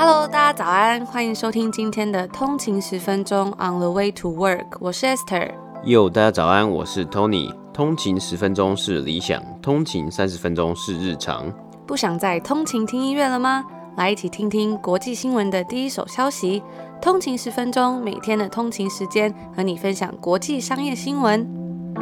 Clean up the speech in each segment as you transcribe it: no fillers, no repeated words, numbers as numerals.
Hello， 大家早安，欢迎收听今天的通勤10分钟 On the way to work， 我是 Esther。 大家早安，我是 Tony。通勤10分钟是理想，通勤30分钟是日常。 不想再通勤听音乐了吗？来一起听听国际新闻的第一手消息。通勤10分钟，每天的通勤时间和你分享国际商业新闻。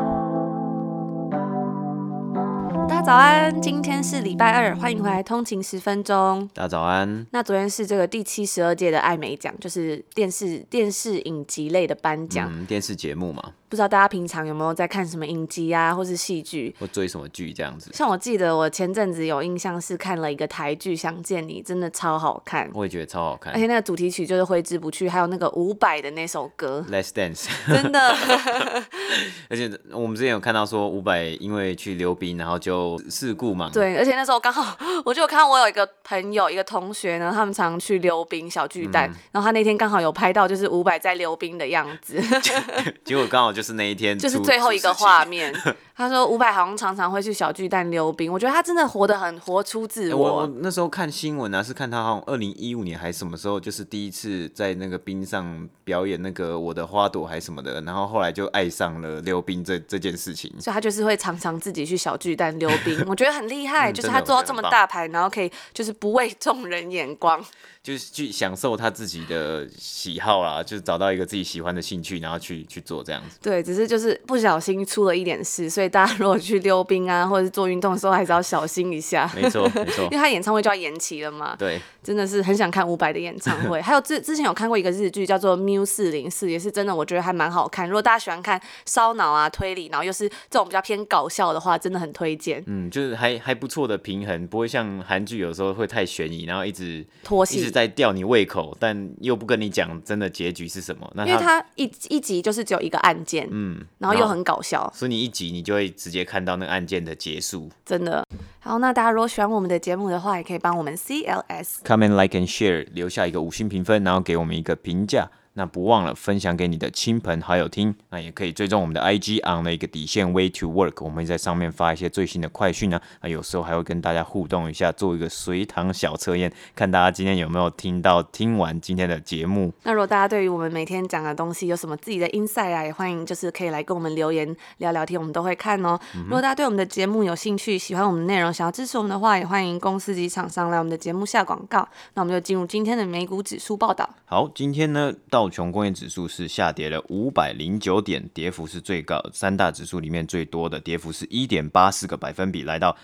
大家早安，今天是礼拜二，欢迎回来通勤10分钟。 大家早安。 那昨天是这个第72届的艾美奖，就是电视影集类的颁奖， 电视节目嘛。 不知道大家平常有没有在看什么影集啊，或是戏剧， 或追什么剧这样子？ 像我记得我前阵子有印象是看了一个台剧《想见你》，真的超好看。 我也觉得超好看， 而且那个主题曲就是挥之不去，还有那个伍佰的那首歌 Let's Dance 真的而且我们之前有看到说伍佰因为去溜冰然后就事故嘛。 对，而且那时候刚好我就有看到我有一个朋友一个同学呢，他们常去溜冰小巨蛋，然后他那天刚好有拍到就是伍佰在溜冰的样子结果刚好就是那一天就是最后一个画面他说伍佰好像常常会去小巨蛋溜冰，我觉得他真的活得很活出自我。 我那时候看新闻啊，是看他好像2015年还是什么时候，就是第一次在那个冰上表演那个我的花朵还是什么的，然后后来就爱上了溜冰这件事情， 所以他就是会常常自己去小巨蛋溜冰我觉得很厉害就是他做到这么大牌，然后可以就是不为众人眼光， 就是去享受他自己的喜好啦，就是找到一个自己喜欢的兴趣，然后去做这样子。 对，只是就是不小心出了一点事，所以大家如果去溜冰啊，或者是做运动的时候，还是要小心一下。 没错，没错， 因为他演唱会就要延期了嘛。 对， 真的是很想看伍佰的演唱会。还有之前有看过一个日剧叫做《MIU404》，也是真的，我觉得还蛮好看。如果大家喜欢看烧脑啊、推理，然后又是这种比较偏搞笑的话，真的很推荐。 就是还不错的平衡，不会像韩剧有时候会太悬疑，然后一直拖戏， 一直在吊你胃口，但又不跟你讲真的结局是什么。那因为他一集就是只有一个案件，然后又很搞笑， 所以你一集你就会直接看到那个案件的结束， 真的。好，那大家如果喜欢我们的节目的话，也可以帮我们 CLS、comment、 like and share 留下一个5星评分，然后给我们一个评价。那不忘了分享给你的亲朋好友听，那也可以追踪我们的 IG on 了一个底线 way to work， 我们会在上面发一些最新的快讯啊，有时候还会跟大家互动一下，做一个随堂小测验，看大家今天有没有听完今天的节目。 那如果大家对于我们每天讲的东西有什么自己的 insight 啊，也欢迎就是可以来跟我们留言聊聊天，我们都会看哦。如果大家对我们的节目有兴趣，喜欢我们的内容，想要支持我们的话，也欢迎公司及厂商来我们的节目下广告。那我们就进入今天的美股指数报道。 好，今天呢道琼工业指数是下跌了509点，跌幅是最高，三大指数里面最多的跌幅是 1.84 个百分比，来到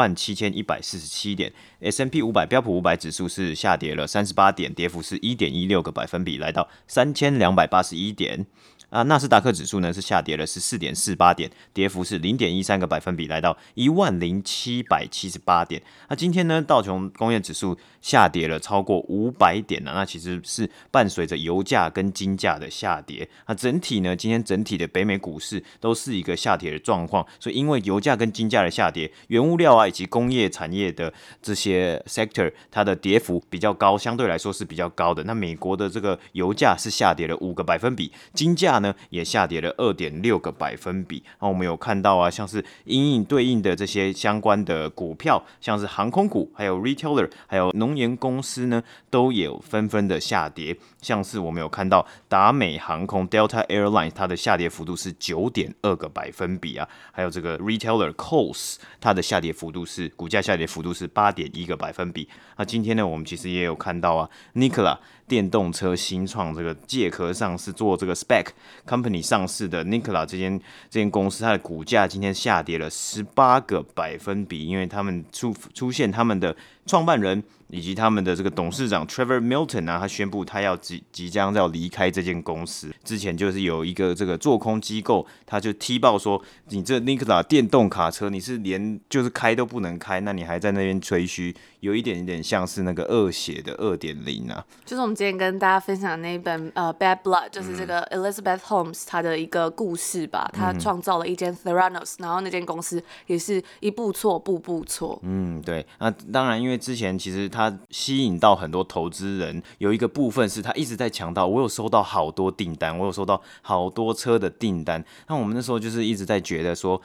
27147点。S&P 500标普500指数是下跌了38点，跌幅是 1.16 个百分比，来到3281点。纳斯达克指数呢是下跌了14.48点，跌幅是 0.13 个百分比，来到10778点。今天呢道琼工业指数下跌了超过500点那其实是伴随着油价跟金价的下跌。整体呢今天整体的北美股市都是一个下跌的状况，所以因为油价跟金价的下跌，原物料以及工业产业的这些 sector 它的跌幅比较高，相对来说是比较高的。那美国的这个油价是下跌了5个百分比，金价呢也下跌了 2.6 个百分比。我们有看到像是因应对应的这些相关的股票，像是航空股还有 retailer 还有农研公司呢都有纷纷的下跌。像是我们有看到达美航空 Delta Airlines 它的下跌幅度是 9.2 个百分比还有这个 retailer Kohl's 它的下跌幅度是股价下跌幅度是 8.1 个百分比。今天呢我们其实也有看到Nikola 电动车新创这个借壳上市做这个 SPAC Company 上市的 Nikola 这间公司，它的股价今天下跌了18个百分比，因为他们出现他们的创办人以及他们的这个董事长 Trevor Milton 他宣布他要即将要离开这间公司。之前就是有一个这个做空机构，他就踢爆说，你这 Nikola 电动卡车你是连就是开都不能开，那你还在那边吹嘘，有一点像是那个恶血的 2.0 就是我们之前跟大家分享的那一本Bad Blood， 就是这个 Elizabeth Holmes 她的一个故事吧，她创造了一间 Theranos， 然后那间公司也是一步错步步错。 对，那当然因为之前其实他吸引到很多投资人，有一个部分是他一直在强调，我有收到好多订单，我有收到好多车的订单。那我们那时候就是一直在觉得说，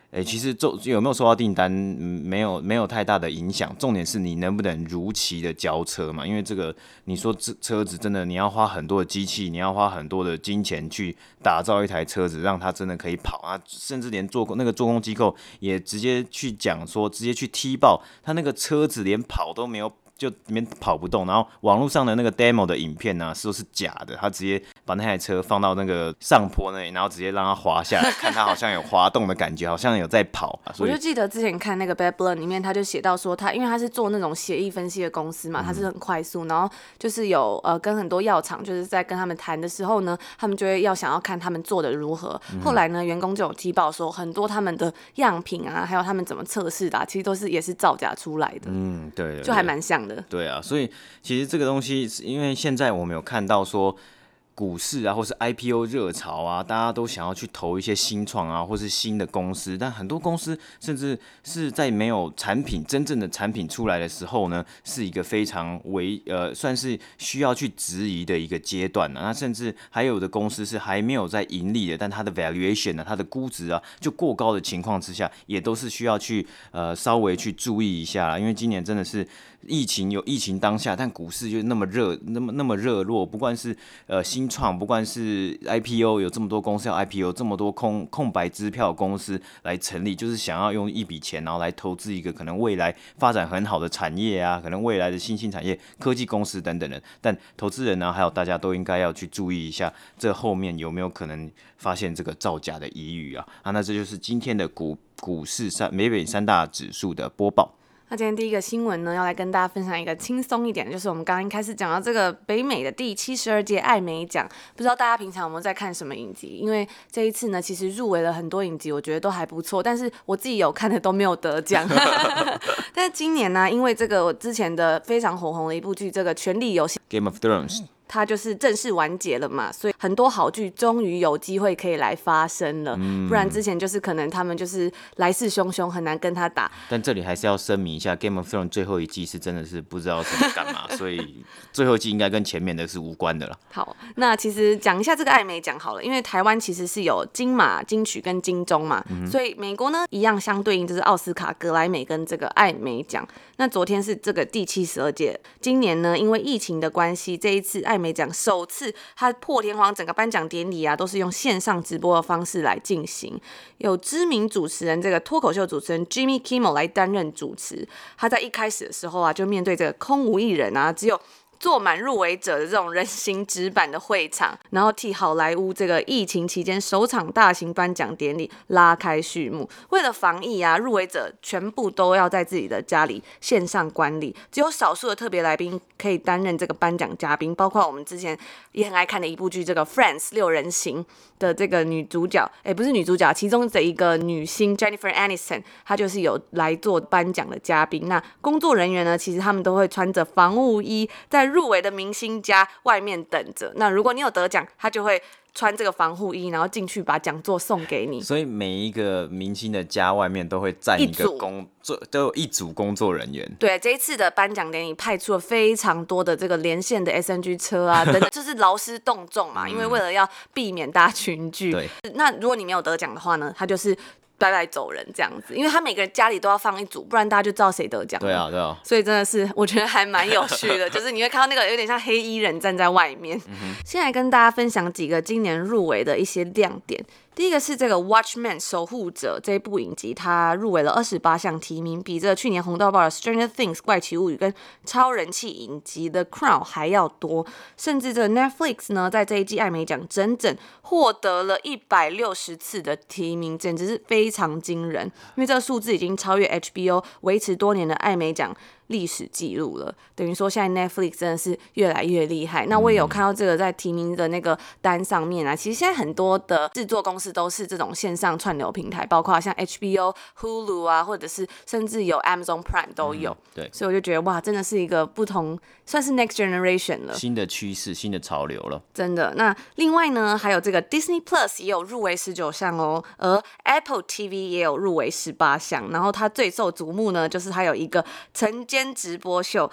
其实有没有收到订单，没有太大的影响。重点是你能不能如期的交车嘛？因为这个你说车子真的你要花很多的机器，你要花很多的金钱去打造一台车子，让它真的可以跑啊。甚至连那个做工机构也直接去讲说，直接去踢爆他那个车子连跑都没有。就里面跑不动，然后网络上的那个 demo 的影片呢，都是假的。他直接把那台车放到那个上坡那里，然后直接让它滑下来，看它好像有滑动的感觉，好像有在跑。 我就记得之前看那个 Bad Blood 里面，他就写到说因为他是做那种血液分析的公司嘛，他是很快速，然后就是有跟很多药厂就是在跟他们谈的时候呢，他们就会想要看他们做的如何。后来呢，员工就有踢爆说，很多他们的样品啊，还有他们怎么测试的，其实都是也是造假出来的。对，就还蛮像的。 对啊，所以其实这个东西，因为现在我们有看到说股市啊，或是 IPO 热潮啊，大家都想要去投一些新创啊，或是新的公司，但很多公司甚至是在没有真正的产品出来的时候呢，是一个非常算是需要去质疑的一个阶段啊。那甚至还有的公司是还没有在盈利的，但它的 valuation 啊，它的估值啊，就过高的情况之下，也都是需要去稍微去注意一下啦。因为今年真的是疫情当下，但股市就那么热，那么热络，不管是新创，不管是 IPO， 有这么多公司要 IPO， 这么多空白支票公司来成立，就是想要用一笔钱，然后来投资一个可能未来发展很好的产业啊，可能未来的新兴产业、科技公司等等的。但投资人呢，还有大家都应该要去注意一下，这后面有没有可能发现这个造假的疑虑啊？那这就是今天的股市美北三大指数的播报。 那今天第一个新闻呢，要来跟大家分享一个轻松一点的，就是我们刚刚一开始讲到这个北美的第72届艾美奖，不知道大家平常有没有在看什么影集？因为这一次呢，其实入围了很多影集，我觉得都还不错，但是我自己有看的都没有得奖。但是今年呢，因为这个我之前的非常火红的一部剧，这个《权力游戏》 （Game of Thrones）。 它就是正式完结了嘛，所以很多好剧终于有机会可以来发生了，不然之前就是可能他们就是来势汹汹，很难跟他打。 但这里还是要声明一下，《Game of Thrones》最后一季是真的是不知道是在干嘛，所以最后一季应该跟前面的是无关的了。 好，那其实讲一下这个艾美奖好了，因为台湾其实是有金马、金曲跟金钟嘛，所以美国呢一样相对应就是奥斯卡、格莱美跟这个艾美奖。那昨天是这个第72届，今年呢因为疫情的关系，这一次艾美奖首次它破天荒整个颁奖典礼啊都是用线上直播的方式来进行，有知名主持人这个脱口秀主持人 Jimmy Kimmel 来担任主持。他在一开始的时候啊就面对这个空无一人啊，只有坐满入围者的这种人形纸板的会场，然后替好莱坞这个疫情期间首场大型颁奖典礼拉开序幕。为了防疫啊，入围者全部都要在自己的家里线上观礼，只有少数的特别来宾可以担任这个颁奖嘉宾，包括我们之前也很爱看的一部剧这个 Friends 六人行的这个女主角，不是女主角，其中的一个女星 Jennifer Aniston， 她就是有来做颁奖的嘉宾。那工作人员呢，其实他们都会穿着防护衣在入围的明星家外面等着。那如果你有得奖，他就会穿这个防护衣，然后进去把讲座送给你。 所以每一个明星的家外面都会站一个都有一组工作人员。 对，这一次的颁奖典礼派出了非常多的这个连线的 SNG 车啊，等等，就是劳师动众嘛，因为为了要避免大群聚。 对， 那如果你没有得奖的话呢，他就是拜拜走人这样子，因为他每个人家里都要放一组，不然大家就知道谁得奖。 对啊，对啊。 所以真的是我觉得还蛮有趣的，就是你会看到那个有点像黑衣人站在外面。先来跟大家分享几个今年入围的一些亮点。第一个是这个 Watchmen 守护者这一部影集，它入围了28项提名，比这个去年红到爆的 Stranger Things 怪奇物语跟超人气影集 The Crown 还要多。甚至这个 Netflix 呢，在这一季艾美奖整整获得了160次的提名，简直是非常惊人，因为这个数字已经超越 HBO 维持多年的艾美奖历史记录了。等于说现在 Netflix 真的是越来越厉害。那我也有看到这个在提名的那个单上面啊，其实现在很多的制作公司都是这种线上串流平台，包括像 HBO、Hulu 啊，或者是甚至有 Amazon Prime 都有。 对， 所以我就觉得哇，真的是一个不同，算是 next generation 了， 新的趋势、新的潮流了。 真的。那另外呢，还有这个 Disney Plus 也有入围19项哦，而 Apple TV 也有入围18项。然后它最受瞩目呢，就是它有一个晨间直播秀。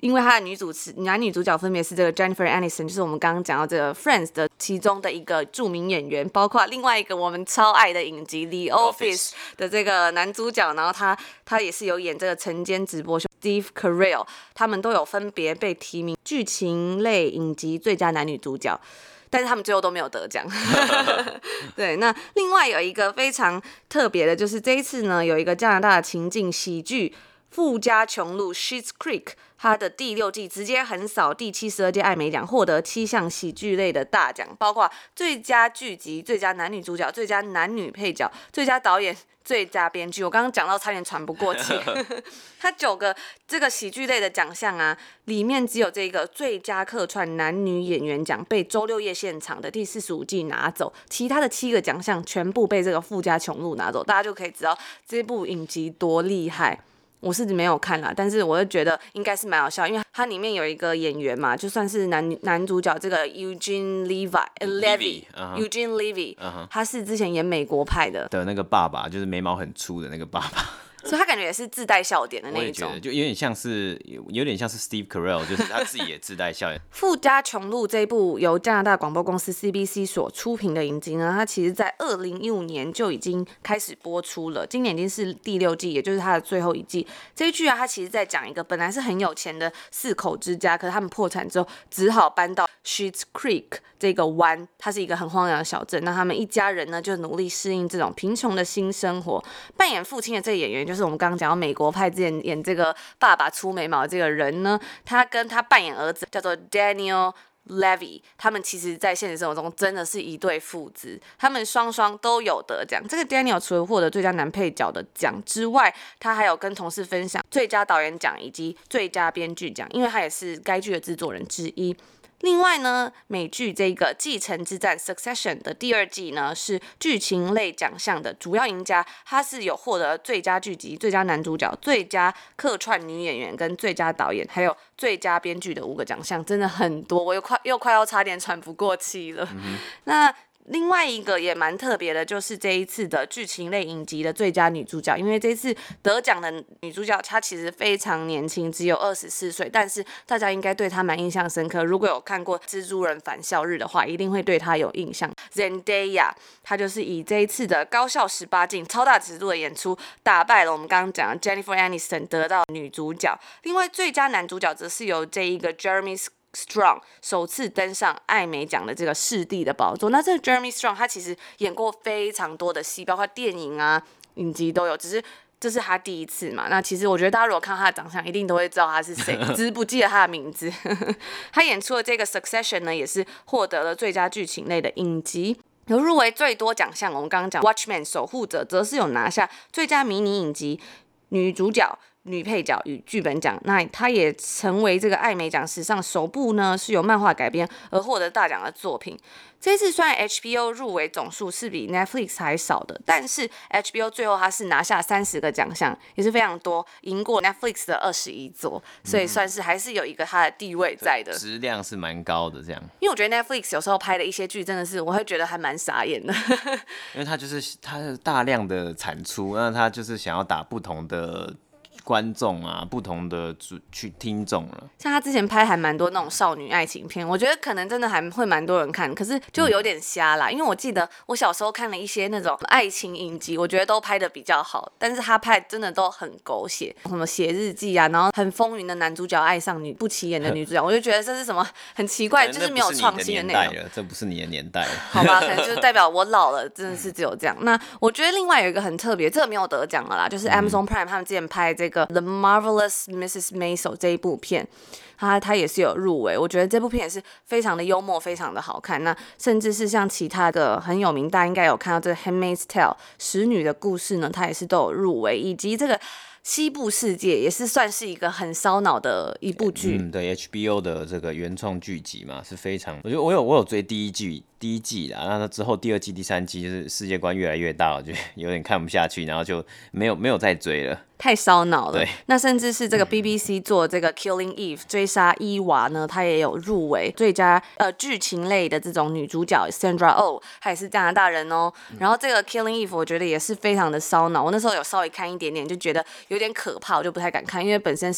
因为她的男女主角分别是这个 Jennifer Aniston， 就是我们刚刚讲到这个 Friends 的其中的一个著名演员，包括另外一个我们超爱的影集 The Office 的这个男主角，然后他也是有演这个晨间直播秀 Steve Carell， 他们都有分别被提名剧情类影集最佳男女主角。但是他们最后都没有得奖。对，那另外有一个非常特别的，就是这一次呢，有一个加拿大的情境喜剧《富家穷路》Schitt's Creek， 它的第6季直接横扫第72届艾美奖，获得7项喜剧类的大奖，包括最佳剧集、最佳男女主角、最佳男女配角、最佳导演、最佳编剧。我刚刚讲到差点喘不过气。它9个这个喜剧类的奖项啊，里面只有这个最佳客串男女演员奖被周六夜现场的第45季拿走，其他的7个奖项全部被这个富家穷路拿走，大家就可以知道这部影集多厉害。我是没有看啦，但是我就觉得应该是蛮好笑，因为它里面有一个演员嘛，就算是男主角这个 Eugene Levy， Eugene Levy， 他是之前演美国派的那个爸爸，就是眉毛很粗的那个爸爸。 所以他感觉也是自带笑点的那一种， 我也觉得就有点像是 Steve Carell， 就是他自己也自带笑点。 富家穷路这一部由加拿大广播公司 CBC 所出品的影集呢，它其实在2015年就已经开始播出了，今年已经是第6季，也就是它的最后一季。这一剧啊，它其实在讲一个本来是很有钱的4口之家，可是他们破产之后只好搬到 Schitt's Creek 这个湾，它是一个很荒凉的小镇。那他们一家人呢，就努力适应这种贫穷的新生活。扮演父亲的这个演员，就是我们刚刚讲到美国派之前演这个爸爸粗眉毛的这个人呢，他跟他扮演儿子叫做 Daniel Levy， 他们其实在现实生活中真的是一对父子，他们双双都有得奖。这个 Daniel 除了获得最佳男配角的奖之外，他还有跟同事分享最佳导演奖以及最佳编剧奖，因为他也是该剧的制作人之一。另外呢，美剧这个《继承之战》Succession 的第2季呢，是剧情类奖项的主要赢家，他是有获得最佳剧集、最佳男主角、最佳客串女演员跟最佳导演，还有最佳编剧的5个奖项，真的很多，我又快要差点喘不过气了。那另外一个也蛮特别的，就是这一次的剧情类影集的最佳女主角，因为这次得奖的女主角她其实非常年轻，只有24岁，但是大家应该对她蛮印象深刻。如果有看过《蜘蛛人返校日》的话，一定会对她有印象。Zendaya 她就是以这一次的高效18禁超大尺度的演出，打败了我们刚刚讲的 Jennifer Aniston 得到女主角。另外最佳男主角则是由这一个 Jeremy Strong 首次登上艾美奖的这个视帝的宝座。那这个 Jeremy Strong 他其实演过非常多的戏，包括电影啊、影集都有，只是这是他第一次嘛。那其实我觉得大家如果看他的长相，一定都会知道他是谁，只是不记得他的名字。他演出的这个 Succession 呢，也是获得了最佳剧情类的影集。有入围最多奖项，我们刚刚讲 Watchmen 守护者则是有拿下最佳迷你影集、女主角、女配角与剧本奖。那它也成为这个艾美奖史上首部呢是由漫画改编而获得大奖的作品。这次虽然 HBO 入围总数是比 Netflix 还少的，但是 HBO 最后它是拿下30个奖项，也是非常多，赢过 Netflix 的21座，所以算是还是有一个它的地位在的， 质量是蛮高的这样。 因为我觉得 Netflix 有时候拍的一些剧真的是我会觉得还蛮傻眼的。 因为它是大量的产出，那它就是想要打不同的观众啊，不同的去听众了。 像他之前拍还蛮多那种少女爱情片，我觉得可能真的还会蛮多人看，可是就有点瞎啦。因为我记得我小时候看了一些那种爱情影集，我觉得都拍的比较好，但是他拍真的都很狗血，什么写日记啊，然后很风云的男主角爱上不起眼的女主角，我就觉得这是什么很奇怪，就是没有创新的内容。 这不是你的年代了， 好吧，可能就是代表我老了，真的是只有这样。那我觉得另外有一个很特别，这个没有得奖了啦，就是 Amazon Prime 他们之前拍这个 The Marvelous Mrs. Maisel 这一部片，它也是有入围。我觉得这部片也是非常的幽默，非常的好看。那甚至是像其他的很有名，大家应该有看到这个 Handmaid's Tale 使女的故事呢，它也是都有入围，以及这个西部世界也是算是一个很烧脑的一部剧。 对 HBO 的这个原创剧集嘛，是非常，我觉得我有追第一季啦，那之后第2季、第3季就是世界观越来越大，我觉得有点看不下去，然后就没有再追了。 太烧脑了。 对， 那甚至是这个 BBC 做这个 Killing Eve 追杀伊娃呢，她也有入围最佳剧情类的这种女主角 Sandra Oh， 她也是加拿大人哦。然后这个 Killing Eve 我觉得也是非常的烧脑，我那时候有稍微看一点点，就觉得有点可怕，我就不太敢看，因为本身是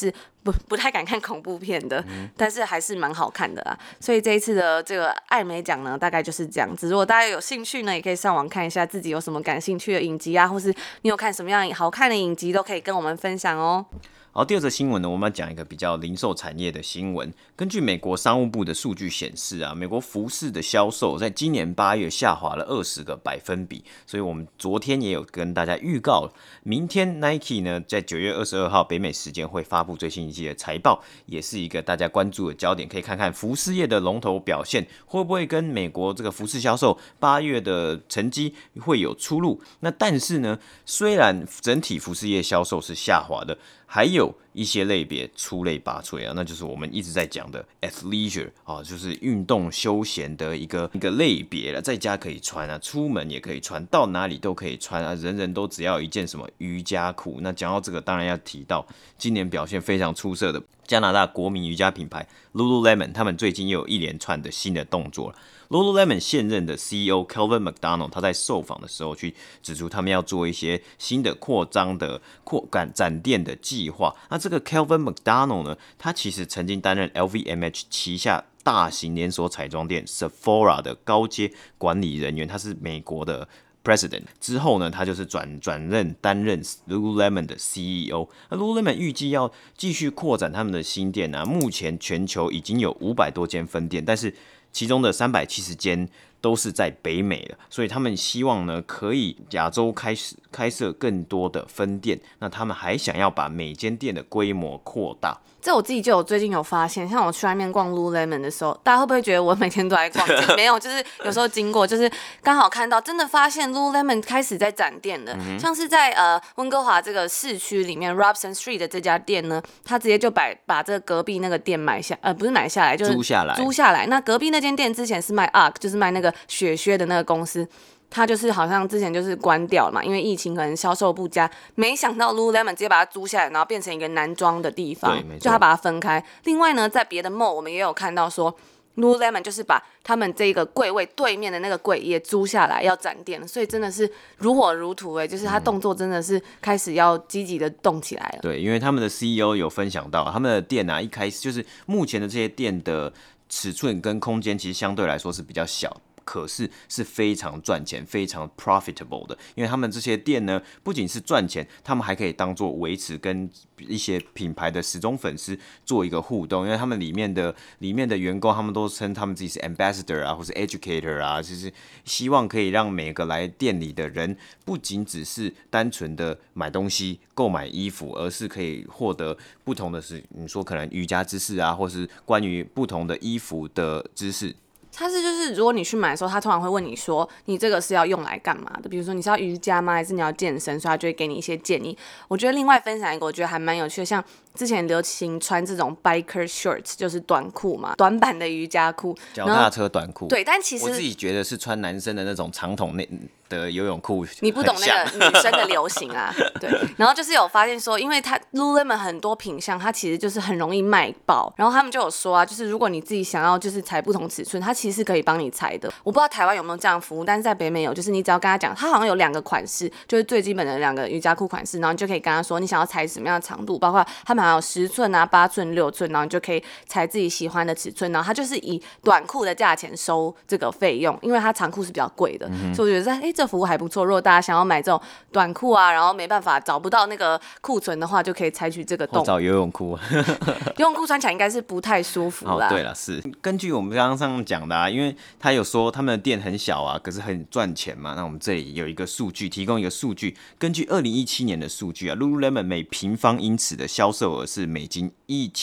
不太敢看恐怖片的，但是还是蛮好看的啦。所以这一次的这个艾美奖呢，大概就是这样子。如果大家有兴趣呢，也可以上网看一下自己有什么感兴趣的影集啊，或是你有看什么样好看的影集，都可以跟我们分享哦。 好，第二则新闻呢，我们要讲一个比较零售产业的新闻。根据美国商务部的数据显示啊，美国服饰的销售在今年8月下滑了20个百分比。所以我们昨天也有跟大家预告，明天 Nike 呢在9月22号北美时间会发布最新一季的财报，也是一个大家关注的焦点。可以看看服饰业的龙头表现会不会跟美国这个服饰销售8月的成绩会有出入。那但是呢，虽然整体服饰业销售是下滑的，还有一些类别出类拔萃啊，那就是我们一直在讲的 athleisure 啊，就是运动休闲的一个类别了，在家可以穿啊，出门也可以穿，到哪里都可以穿啊，人人都只要有一件什么瑜伽裤。那讲到这个，当然要提到今年表现非常出色的加拿大国民瑜伽品牌 Lululemon， 他们最近又有一连串的新的动作了。Lululemon 现任的 CEO Calvin McDonald， 他在受访的时候去指出，他们要做一些新的扩张的展店的计划。那这个 Calvin McDonald 呢，他其实曾经担任 LVMH 旗下大型连锁彩妆店 Sephora 的高阶管理人员，他是美国的President 之后呢，他就是担任 Lululemon 的 CEO。那 Lululemon 预计要继续扩展他们的新店啊，目前全球已经有500多间分店，但是其中的370间都是在北美了，所以他们希望呢，可以亚洲开设更多的分店。那他们还想要把每间店的规模扩大。 这我自己最近有发现，像我去外面逛 Lululemon 的时候，大家会不会觉得我每天都在逛街？没有，就是有时候经过，就是刚好看到，真的发现 Lululemon 开始在展店了。像是在温哥华这个市区里面 Robson Street 的这家店呢，他直接就把这个隔壁那个店不是买下来，就是租下来。那隔壁那间店之前是卖 UGG， 就是卖那个雪靴的那个公司。他就是好像之前就是关掉了嘛，因为疫情可能销售不佳，没想到 Lululemon 直接把它租下来，然后变成一个男装的地方，就他把它分开。另外呢，在别的 mall 我们也有看到说 Lululemon 就是把他们这个柜位对面的那个柜也租下来要展店，所以真的是如火如荼就是他动作真的是开始要积极的动起来了。 对，因为他们的 CEO 有分享到，他们的店啊一开始就是目前的这些店的尺寸跟空间其实相对来说是比较小，可是是非常赚钱、非常 profitable 的，因为他们这些店呢，不仅是赚钱，他们还可以当做维持跟一些品牌的死忠粉丝做一个互动，因为他们里面的员工，他们都称他们自己是 ambassador 啊，或是 educator 啊，就是希望可以让每个来店里的人，不仅只是单纯的买东西、购买衣服，而是可以获得不同的你说可能瑜伽知识啊，或是关于不同的衣服的知识。 他是就是如果你去买的时候，他通常会问你说你这个是要用来干嘛的，比如说你是要瑜伽吗，还是你要健身，所以他就会给你一些建议。我觉得另外分享一个我觉得还蛮有趣的，像之前流行穿这种 biker shorts， 就是短裤嘛，短版的瑜伽裤， 脚踏车短裤。 对，但其实我自己觉得是穿男生的那种长筒的游泳裤， 你不懂那个女生的流行啊。对，然后就是有发现说，因为它 Lululemon 很多品项，它其实就是很容易卖爆，然后他们就有说啊，就是如果你自己想要就是裁不同尺寸，它其实是可以帮你裁的。我不知道台湾有没有这样服务，但是在北美有，就是你只要跟他讲，他好像有2个款式，就是最基本的2个瑜伽裤款式，然后你就可以跟他说你想要裁什么样的长度，包括他们还有10寸啊、8寸、6寸，然后你就可以裁自己喜欢的尺寸，然后他就是以短裤的价钱收这个费用，因为它长裤是比较贵的，所以我觉得这服务还不错。如果大家想要买这种短裤啊，然后没办法找不到那个库存的话，就可以采取这个动作。 找游泳裤， 游泳裤穿起来应该是不太舒服啦。 对了，是根据我们刚刚上讲的因为他有说他们的店很小可是很赚钱嘛。那我们这里有一个数据，提供一个数据，根据2017年的数据Lululemon 每平方英尺的销售额是美金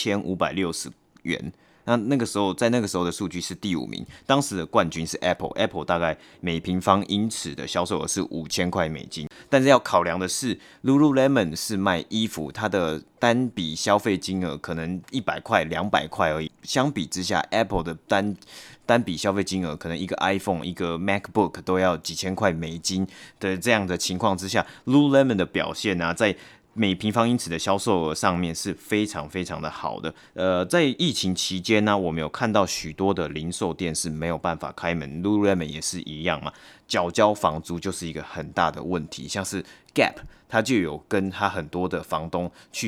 1560元。那个时候，在那个时候的数据是第5名，当时的冠军是 Apple 大概每平方英尺的销售额是5000块美金。但是要考量的是 Lululemon 是卖衣服，它的单笔消费金额可能100块、200块而已，相比之下 Apple 的单笔消费金额可能一个 iPhone、一个 MacBook 都要几千块美金的这样的情况之下 ，Lululemon 的表现在每平方英尺的销售额上面是非常非常的好的。在疫情期间呢，我们有看到许多的零售店是没有办法开门 ，Lululemon 也是一样嘛。缴交房租就是一个很大的问题，像是 Gap， 他就有跟他很多的房东去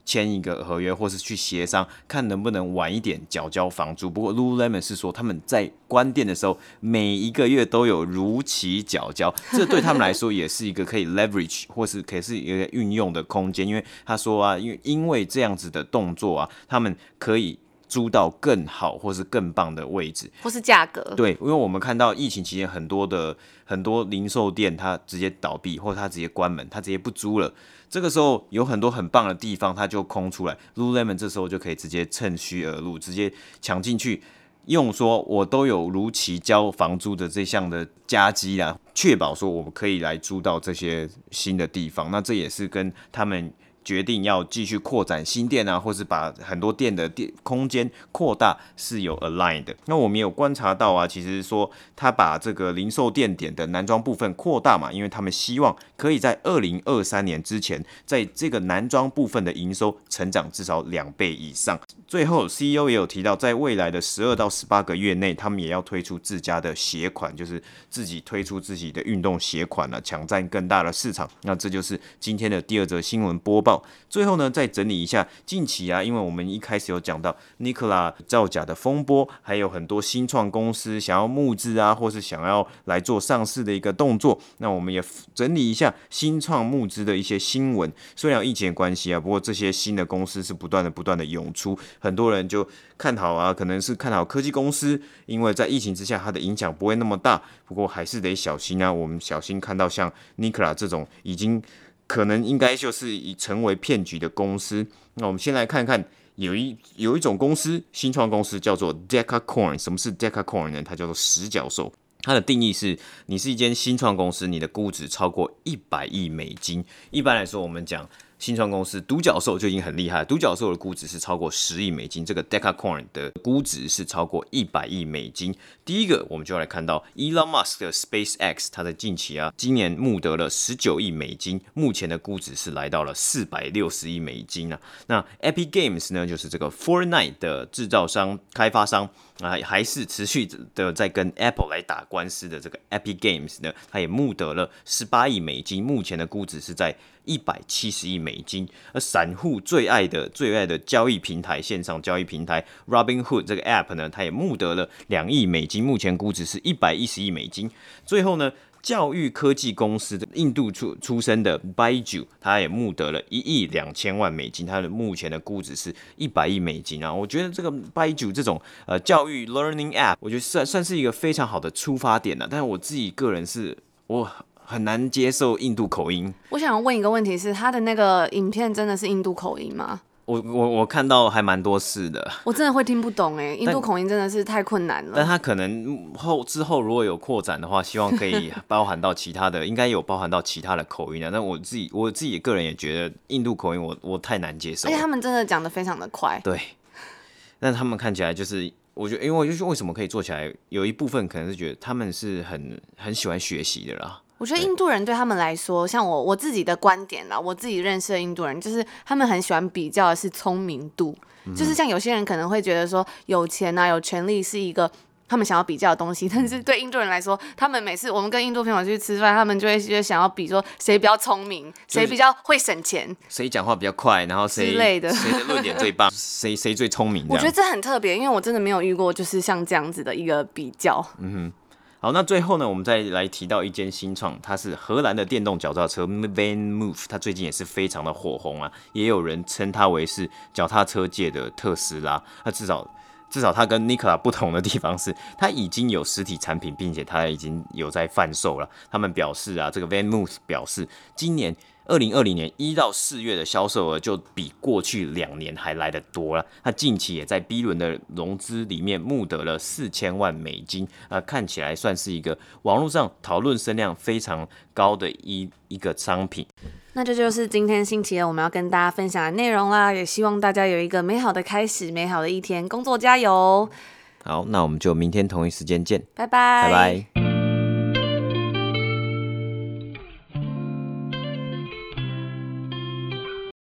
签一个合约，或是去协商，看能不能晚一点缴交房租。不过 Lululemon 是说他们在关店的时候，每一个月都有如期缴交，这对他们来说也是一个可以 leverage 或是可以是一个运用的空间。因为他说啊，因为这样子的动作啊，他们可以租到更好或是更棒的位置， 或是价格。 对，因为我们看到疫情期间很多零售店它直接倒闭，或者它直接关门，它直接不租了。这个时候有很多很棒的地方，它就空出来。Lululemon 这时候就可以直接趁虚而入，直接抢进去，用说我都有如期交房租的这项的加基啦，确保说我们可以来租到这些新的地方。那这也是跟他们决定要继续扩展新店啊，或是把很多店的空间扩大是有 align 的。那我们也有观察到啊，其实说他把这个零售店点的男装部分扩大嘛，因为他们希望可以在2023年之前，在这个男装部分的营收成长至少2倍以上。最后 CEO 也有提到，在未来的12到18个月内，他们也要推出自家的鞋款，就是自己推出自己的运动鞋款啊，抢占更大的市场。那这就是今天的第2则新闻播报。最后呢，再整理一下近期啊，因为我们一开始有讲到 Nikola 造假的风波，还有很多新创公司想要募资啊，或是想要来做上市的一个动作。那我们也整理一下新创募资的一些新闻。虽然有疫情的关系啊，不过这些新的公司是不断的涌出，很多人就看好啊，可能是看好科技公司，因为在疫情之下它的影响不会那么大。不过还是得小心啊，我们小心看到像 Nikola 这种已经可能应该就是已成为骗局的公司。那我们先来看看有一种公司，新创公司叫做 Decacorn。 什么是 Decacorn 呢？它叫做十角兽。它的定义是，你是一间新创公司，你的估值超过100亿美金。一般来说，我们讲新创公司独角兽就已经很厉害，独角兽的估值是超过10亿美金，这个 Decacorn 的估值是超过100亿美金。第一个我们就要来看到 Elon Musk 的 SpaceX， 他在近期啊，今年募得了19亿美金，目前的估值是来到了460亿美金啊。那 Epic Games 呢，就是这个 Fortnite 的制造商、开发商还是持续的在跟 Apple 来打官司的这个 Epic Games 呢，它也募得了18亿美金，目前的估值是在170亿美金。而散户最爱的交易平台，线上交易平台 Robinhood 这个 App 呢，它也募得了2亿美金，目前估值是110亿美金。最后呢，教育科技公司的印度出身的 Byju， 他也募得了1亿2000万美金，他的目前的估值是100亿美金啊。我觉得这个 Byju 这种教育 learning app， 我觉得算是一个非常好的出发点啊。但是我自己个人是我很难接受印度口音。 我想问一个问题是，他的那个影片真的是印度口音吗？ 我看到还蛮多次的， 我真的会听不懂哎，印度口音真的是太困难了。 但他可能之后如果有扩展的话，希望可以包含到其他的，应该有包含到其他的口音啊。但我自己个人也觉得印度口音我太难接受了， 而且他们真的讲得非常的快。 对，但他们看起来就是，我觉得，因为我就是为什么可以做起来，有一部分可能是觉得他们是很喜欢学习的啦。 我觉得印度人对他们来说，像我自己的观点啦，我自己认识的印度人，就是他们很喜欢比较的是聪明度，就是像有些人可能会觉得说有钱啊、有权利是一个他们想要比较的东西，但是对印度人来说，他们每次我们跟印度朋友去吃饭，他们就会想要比说谁比较聪明，谁比较会省钱， 谁讲话比较快，然后谁的论点最棒，谁最聪明。 我觉得这很特别，因为我真的没有遇过就是像这样子的一个比较。 好，那最后呢，我们再来提到一间新创，它是荷兰的电动脚踏车 VanMoof， 它最近也是非常的火红啊，也有人称它为是脚踏车界的特斯拉。那至少它跟 Nikola 不同的地方是，它已经有实体产品，并且它已经有在贩售了。他们表示啊，这个 VanMoof 表示，今年2020年1到4月的销售额就比过去2年还来得多了。它近期也在 B 轮的融资里面募得了4000万美金，看起来算是一个网络上讨论声量非常高的一个商品。 那这就是今天星期二我们要跟大家分享的内容啦，也希望大家有一个美好的开始，美好的一天，工作加油。 好，那我们就明天同一时间见， 拜拜。 拜拜。